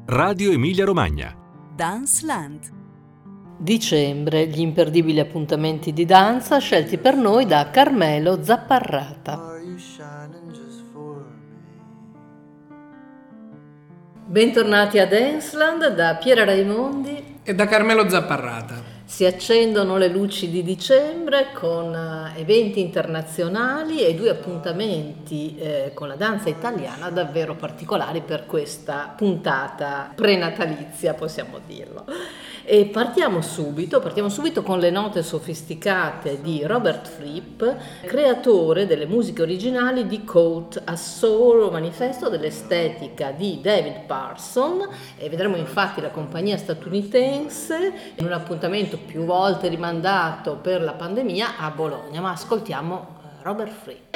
Radio Emilia Romagna. Danceland. Dicembre, gli imperdibili appuntamenti di danza scelti per noi da Carmelo Zapparrata. Bentornati a Danceland da Piera Raimondi e da Carmelo Zapparrata. Si accendono le luci di dicembre con eventi internazionali e due appuntamenti con la danza italiana davvero particolari per questa puntata prenatalizia, possiamo dirlo. E partiamo subito con le note sofisticate di Robert Fripp, creatore delle musiche originali di Cult, a Soul, manifesto dell'estetica di David Parson, e vedremo infatti la compagnia statunitense in un appuntamento più volte rimandato per la pandemia a Bologna. Ma ascoltiamo Robert Fripp.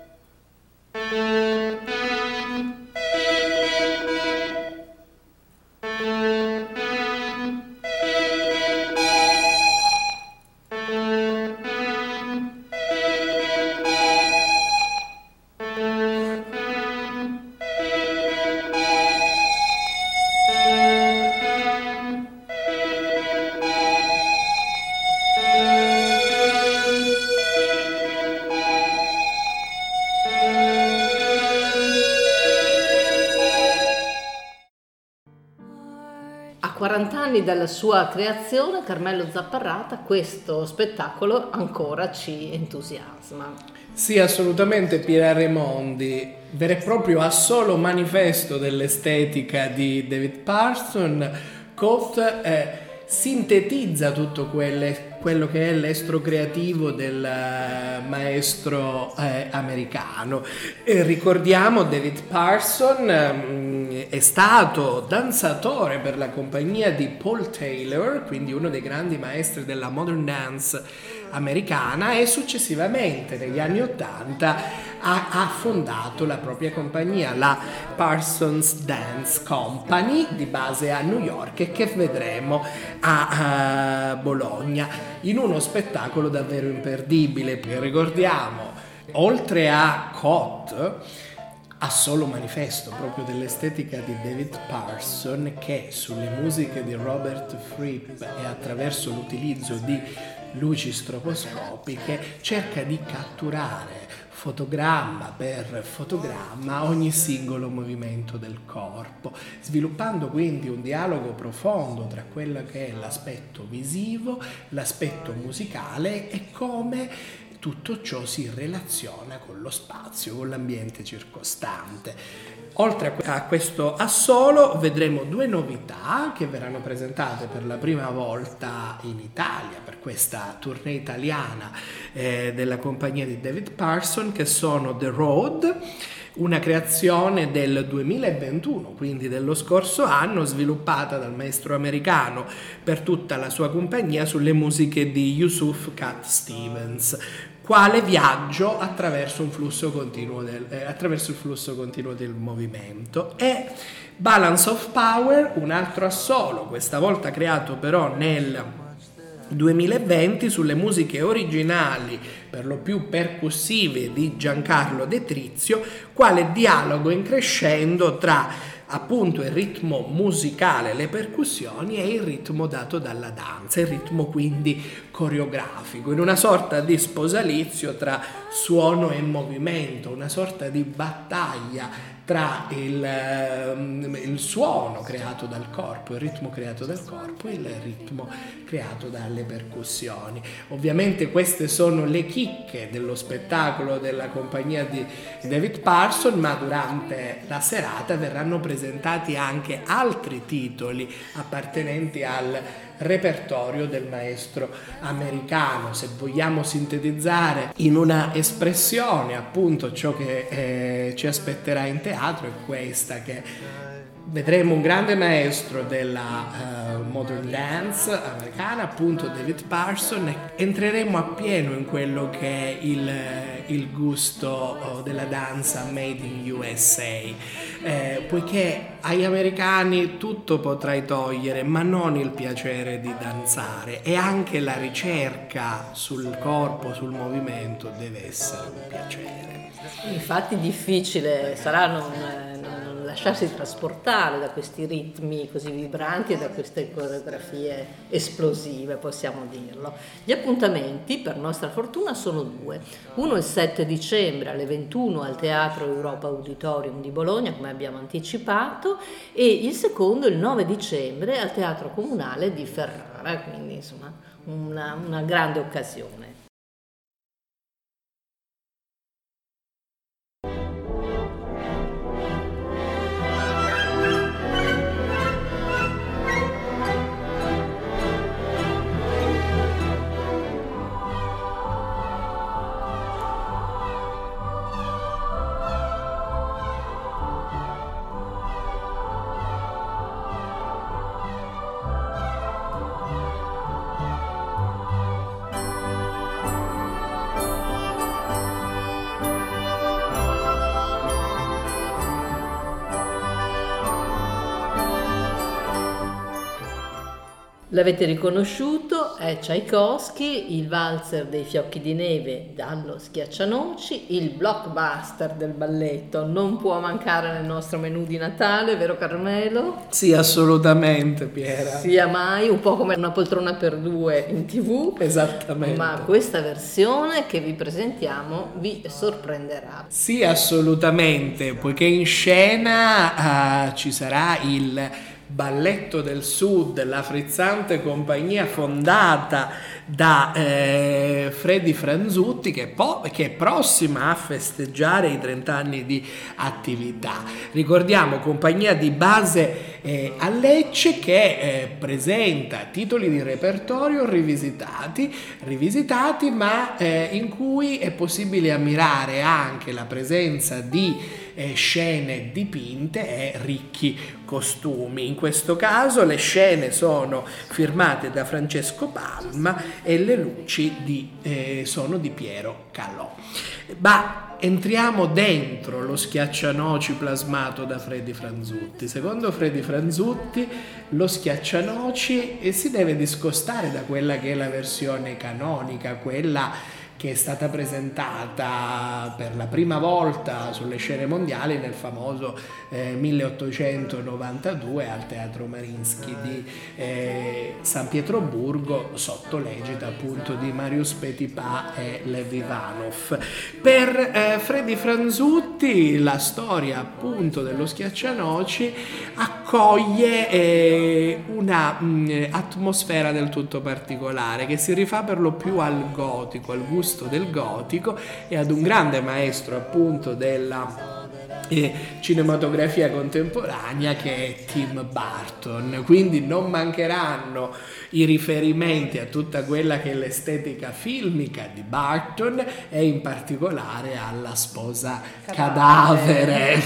A 40 anni dalla sua creazione, Carmelo Zapparrata, questo spettacolo ancora ci entusiasma. Sì, assolutamente, Piera Raimondi, vero e proprio assolo manifesto dell'estetica di David Parson. Cult sintetizza tutto quello che è l'estro creativo del maestro americano. Ricordiamo, David Parson è stato danzatore per la compagnia di Paul Taylor, quindi uno dei grandi maestri della modern dance americana, e successivamente negli anni '80 ha fondato la propria compagnia, la Parsons Dance Company, di base a New York, e che vedremo a Bologna in uno spettacolo davvero imperdibile. Ricordiamo, oltre a Cot, ha solo manifesto proprio dell'estetica di David Parson, che sulle musiche di Robert Fripp e attraverso l'utilizzo di luci stroboscopiche cerca di catturare fotogramma per fotogramma ogni singolo movimento del corpo, sviluppando quindi un dialogo profondo tra quello che è l'aspetto visivo, l'aspetto musicale e come tutto ciò si relaziona con lo spazio, con l'ambiente circostante. Oltre a questo assolo vedremo due novità che verranno presentate per la prima volta in Italia per questa tournée italiana della compagnia di David Parson, che sono The Road, una creazione del 2021, quindi dello scorso anno, sviluppata dal maestro americano per tutta la sua compagnia sulle musiche di Yusuf Cat Stevens. Quale viaggio attraverso il flusso continuo del movimento. E Balance of Power, un altro assolo, questa volta creato però nel 2020 sulle musiche originali per lo più percussive di Giancarlo De Trizio, quale dialogo in crescendo tra appunto il ritmo musicale, le percussioni, e il ritmo dato dalla danza, il ritmo quindi coreografico, in una sorta di sposalizio tra suono e movimento, una sorta di battaglia tra il suono creato dal corpo, il ritmo creato dal corpo e il ritmo creato dalle percussioni. Ovviamente queste sono le chicche dello spettacolo della compagnia di David Parson, ma durante la serata verranno presentati anche altri titoli appartenenti al repertorio del maestro americano. Se vogliamo sintetizzare in una espressione appunto ciò che ci aspetterà in teatro, è questa, che vedremo un grande maestro della modern dance americana, appunto David Parson, e entreremo appieno in quello che è il gusto della danza made in USA, poiché agli americani tutto potrai togliere, ma non il piacere di danzare, e anche la ricerca sul corpo, sul movimento deve essere un piacere. Infatti difficile sarà non lasciarsi trasportare da questi ritmi così vibranti e da queste coreografie esplosive, possiamo dirlo. Gli appuntamenti, per nostra fortuna, sono due. Uno il 7 dicembre alle 21 al Teatro Europa Auditorium di Bologna, come abbiamo anticipato, e il secondo il 9 dicembre al Teatro Comunale di Ferrara, quindi insomma una grande occasione. L'avete riconosciuto, è Tchaikovsky, il valzer dei fiocchi di neve dallo Schiaccianoci, il blockbuster del balletto, non può mancare nel nostro menù di Natale, vero Carmelo? Sì, assolutamente, Piera. Sia mai, un po' come una poltrona per due in TV. Esattamente. Ma questa versione che vi presentiamo vi sorprenderà. Sì, assolutamente, poiché in scena ci sarà il Balletto del Sud, la frizzante compagnia fondata da Freddy Franzutti, che è prossima a festeggiare i 30 anni di attività. Ricordiamo, compagnia di base a Lecce, che presenta titoli di repertorio rivisitati, ma in cui è possibile ammirare anche la presenza di scene dipinte e ricchi costumi. In questo caso le scene sono firmate da Francesco Palma e le luci sono di Piero Calò. Ma entriamo dentro lo Schiaccianoci plasmato da Freddy Franzutti. Secondo Freddy Franzutti lo Schiaccianoci si deve discostare da quella che è la versione canonica, quella che è stata presentata per la prima volta sulle scene mondiali nel famoso 1892 al Teatro Mariinsky di San Pietroburgo, sotto l'egida appunto di Marius Petipa e Lev Ivanov. Per Freddy Franzutti la storia appunto dello Schiaccianoci accoglie una atmosfera del tutto particolare, che si rifà per lo più al gotico, al gusto del gotico, e ad un grande maestro appunto della cinematografia contemporanea, che è Tim Burton. Quindi non mancheranno i riferimenti a tutta quella che è l'estetica filmica di Burton, e in particolare alla sposa cadavere.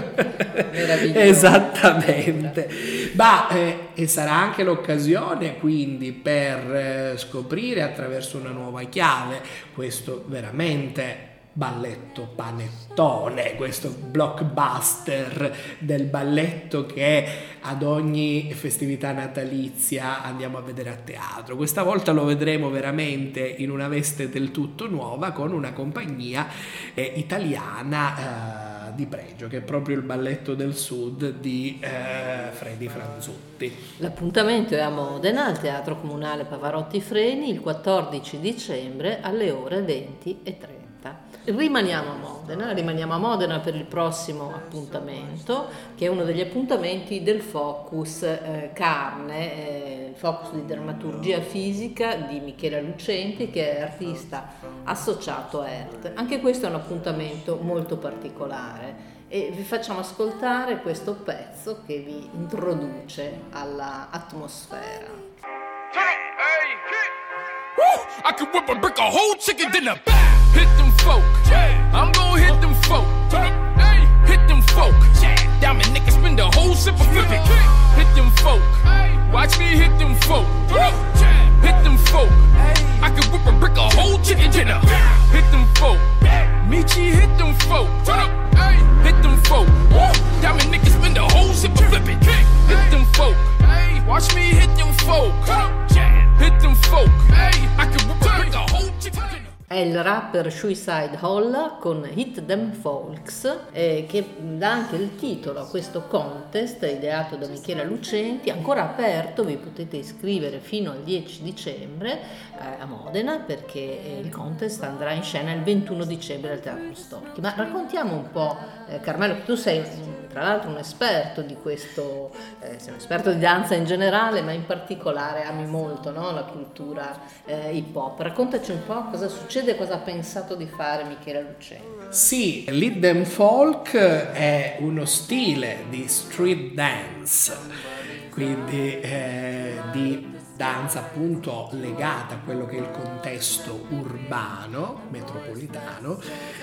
Esattamente. E sarà anche l'occasione quindi per scoprire attraverso una nuova chiave questo veramente balletto panettone, questo blockbuster del balletto che ad ogni festività natalizia andiamo a vedere a teatro. Questa volta lo vedremo veramente in una veste del tutto nuova, con una compagnia italiana di pregio, che è proprio il Balletto del Sud di Freddy Franzutti. L'appuntamento è a Modena, al Teatro Comunale Pavarotti Freni, il 14 dicembre alle ore 20:30. Rimaniamo a Modena per il prossimo appuntamento, che è uno degli appuntamenti del Focus Carne, il Focus di Drammaturgia Fisica di Michela Lucenti, che è artista associato a ERT. Anche questo è un appuntamento molto particolare e vi facciamo ascoltare questo pezzo che vi introduce alla atmosfera. I could whip a brick a whole chicken dinner. Hit them folk. I'm gon' hit them folk. Hit them folk. Diamond nigga spin the whole sip of flip it. Hit them folk. Watch me hit them folk. Hit them folk. I could whip a brick a whole chicken dinner. Hit them folk. Michi hit them folk. Hit them folk. Diamond nigga spin the whole sip of flip it. Hit them folk. Watch me hit them folk. Hit them folk. I could whip a brick a whole chicken dinner. È il il rapper Suicide Holla con Hit Them Folks, che dà anche il titolo a questo contest ideato da Michela Lucenti, ancora aperto, vi potete iscrivere fino al 10 dicembre a Modena, perché il contest andrà in scena il 21 dicembre al Teatro Storchi. Ma raccontiamo un po', Carmelo, tu sei tra l'altro un esperto di questo, sei un esperto di danza in generale, ma in particolare ami molto, no? La cultura hip hop. Raccontaci un po' cosa succede, cosa ha pensato di fare Michela Lucenti. Sì, Hit Them Folk è uno stile di street dance, quindi di danza appunto legata a quello che è il contesto urbano, metropolitano,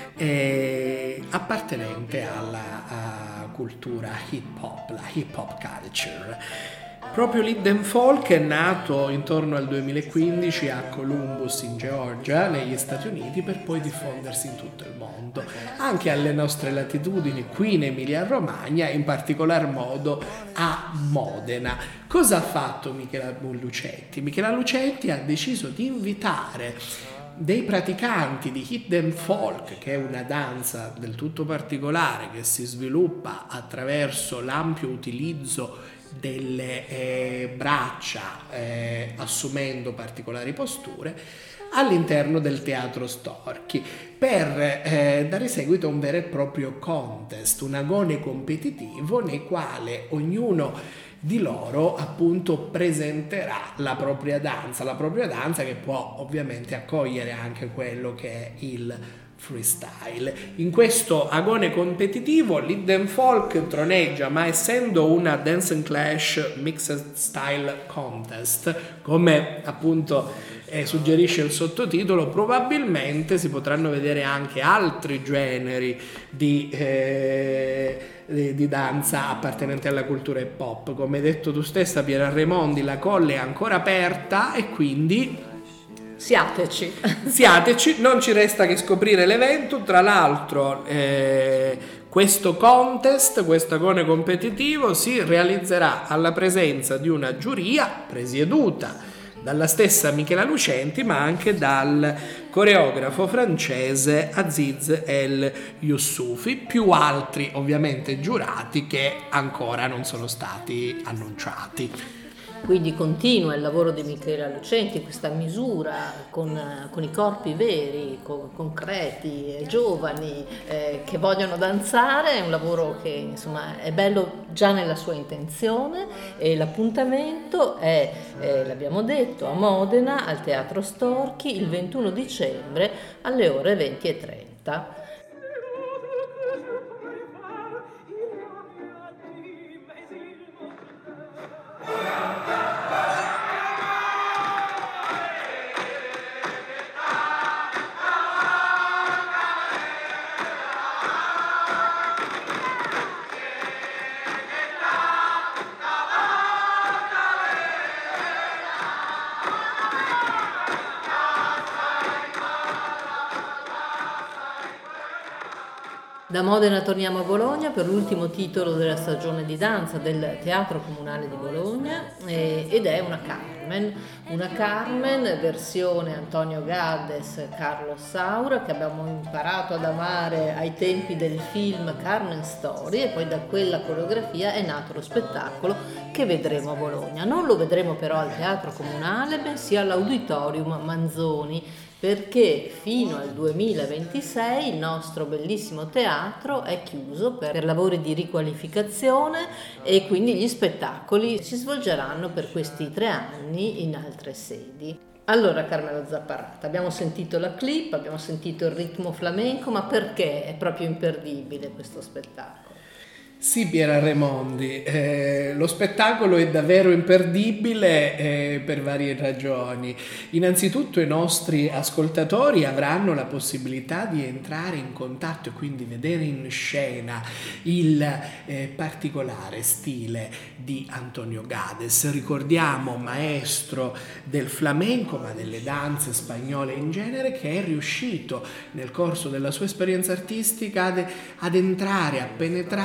appartenente alla cultura hip hop, la hip hop culture. Proprio Hit Them Folk è nato intorno al 2015 a Columbus in Georgia, negli Stati Uniti, per poi diffondersi in tutto il mondo, anche alle nostre latitudini, qui in Emilia-Romagna, in particolar modo a Modena. Cosa ha fatto Michela Lucenti? Michela Lucenti ha deciso di invitare dei praticanti di Hit Them Folk, che è una danza del tutto particolare che si sviluppa attraverso l'ampio utilizzo delle braccia, assumendo particolari posture, all'interno del Teatro Storchi, per dare seguito a un vero e proprio contest, un agone competitivo nel quale ognuno di loro appunto presenterà la propria danza che può ovviamente accogliere anche quello che è il freestyle. In questo agone competitivo Hit Them Folk troneggia, ma essendo una Dance and Clash Mixed Style Contest, come appunto suggerisce il sottotitolo, probabilmente si potranno vedere anche altri generi di danza appartenenti alla cultura hip hop. Come hai detto tu stessa, Piera Raimondi, la colle è ancora aperta e quindi Siateci, non ci resta che scoprire l'evento. Tra l'altro questo contest, questo agone competitivo si realizzerà alla presenza di una giuria presieduta dalla stessa Michela Lucenti, ma anche dal coreografo francese Aziz El Youssoufi, più altri ovviamente giurati che ancora non sono stati annunciati. Quindi continua il lavoro di Michela Lucenti, questa misura con i corpi veri, concreti, giovani, che vogliono danzare. È un lavoro che insomma è bello già nella sua intenzione, e l'appuntamento è, l'abbiamo detto, a Modena al Teatro Storchi il 21 dicembre alle ore 20:30. Da Modena torniamo a Bologna per l'ultimo titolo della stagione di danza del Teatro Comunale di Bologna, ed è una Carmen versione Antonio Gades, Carlo Saura, che abbiamo imparato ad amare ai tempi del film Carmen Story, e poi da quella coreografia è nato lo spettacolo che vedremo a Bologna. Non lo vedremo però al Teatro Comunale, bensì all'Auditorium Manzoni, perché fino al 2026 il nostro bellissimo teatro è chiuso per lavori di riqualificazione, e quindi gli spettacoli si svolgeranno per questi 3 anni in altre sedi. Allora, Carmelo Zapparata, abbiamo sentito la clip, abbiamo sentito il ritmo flamenco, ma perché è proprio imperdibile questo spettacolo? Sì, Piera Raimondi, lo spettacolo è davvero imperdibile per varie ragioni. Innanzitutto i nostri ascoltatori avranno la possibilità di entrare in contatto e quindi vedere in scena il particolare stile di Antonio Gades. Ricordiamo, maestro del flamenco, ma delle danze spagnole in genere, che è riuscito nel corso della sua esperienza artistica ad entrare, a penetrare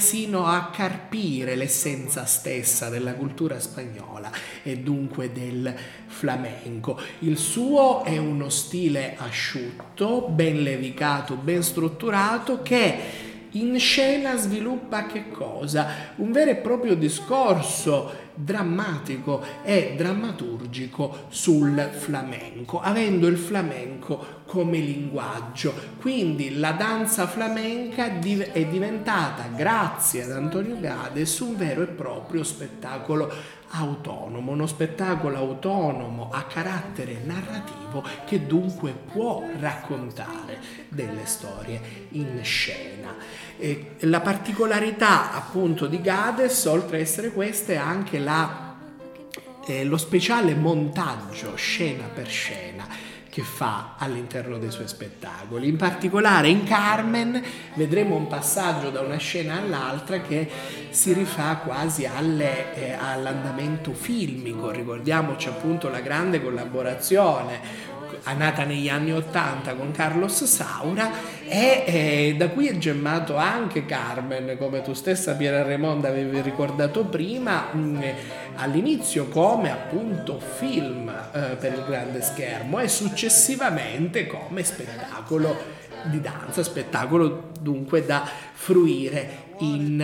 sino a carpire l'essenza stessa della cultura spagnola e dunque del flamenco. Il suo è uno stile asciutto, ben levigato, ben strutturato, che in scena sviluppa che cosa? Un vero e proprio discorso drammatico e drammaturgico sul flamenco, avendo il flamenco come linguaggio. Quindi la danza flamenca è diventata, grazie ad Antonio Gades, un vero e proprio spettacolo autonomo, uno spettacolo autonomo a carattere narrativo che dunque può raccontare delle storie in scena. La particolarità appunto di Gades, oltre a essere questa, è anche lo speciale montaggio scena per scena che fa all'interno dei suoi spettacoli. In particolare in Carmen vedremo un passaggio da una scena all'altra che si rifà quasi all'andamento filmico. Ricordiamoci appunto la grande collaborazione nata negli anni '80 con Carlos Saura e da cui è gemmato anche Carmen, come tu stessa Piera Raimondi avevi ricordato prima, all'inizio come appunto film per il grande schermo e successivamente come spettacolo di danza, spettacolo dunque da fruire in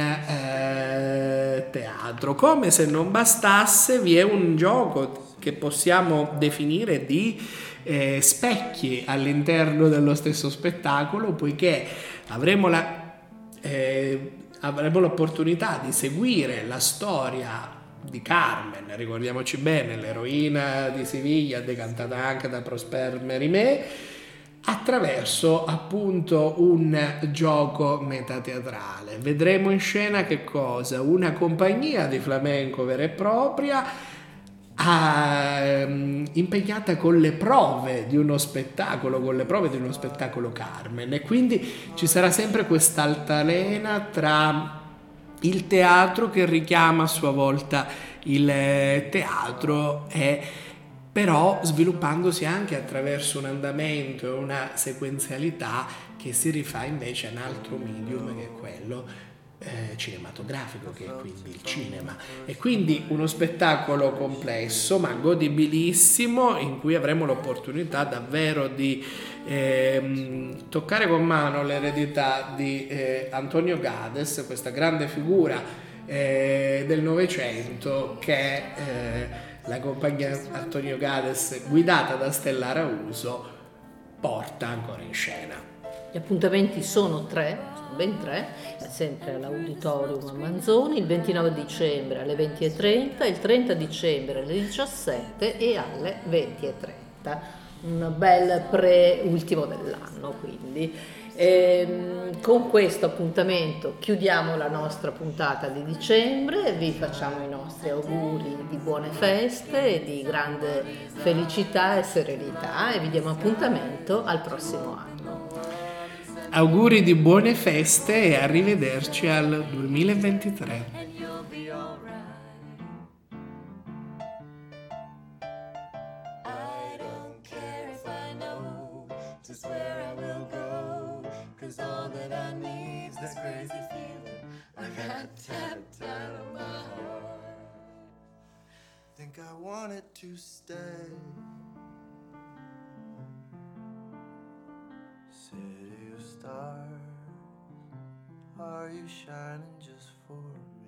teatro. Come se non bastasse, vi è un gioco che possiamo definire di specchi all'interno dello stesso spettacolo, poiché avremo l'opportunità di seguire la storia di Carmen, ricordiamoci bene, l'eroina di Siviglia, decantata anche da Prosper Mérimée, attraverso appunto un gioco metateatrale. Vedremo in scena che cosa? Una compagnia di flamenco vera e propria, impegnata con le prove di uno spettacolo, Carmen, e quindi ci sarà sempre questa altalena tra il teatro che richiama a sua volta il teatro e però sviluppandosi anche attraverso un andamento e una sequenzialità che si rifà invece a un altro medium che è quello cinematografico, che è quindi il cinema. E quindi uno spettacolo complesso ma godibilissimo, in cui avremo l'opportunità davvero di toccare con mano l'eredità di Antonio Gades, questa grande figura del Novecento che la compagnia Antonio Gades, guidata da Stella Rauso, porta ancora in scena. Gli appuntamenti sono ben tre, sempre all'Auditorium a Manzoni, il 29 dicembre alle 20:30, il 30 dicembre alle 17 e alle 20:30. Un bel pre-ultimo dell'anno, quindi. Con questo appuntamento chiudiamo la nostra puntata di dicembre, vi facciamo i nostri auguri di buone feste e di grande felicità e serenità e vi diamo appuntamento al prossimo anno. Auguri di buone feste e arrivederci al 2023. All that I need is that crazy feeling I got tapped out of my heart. Think I want it to stay. City of stars, are you shining just for me?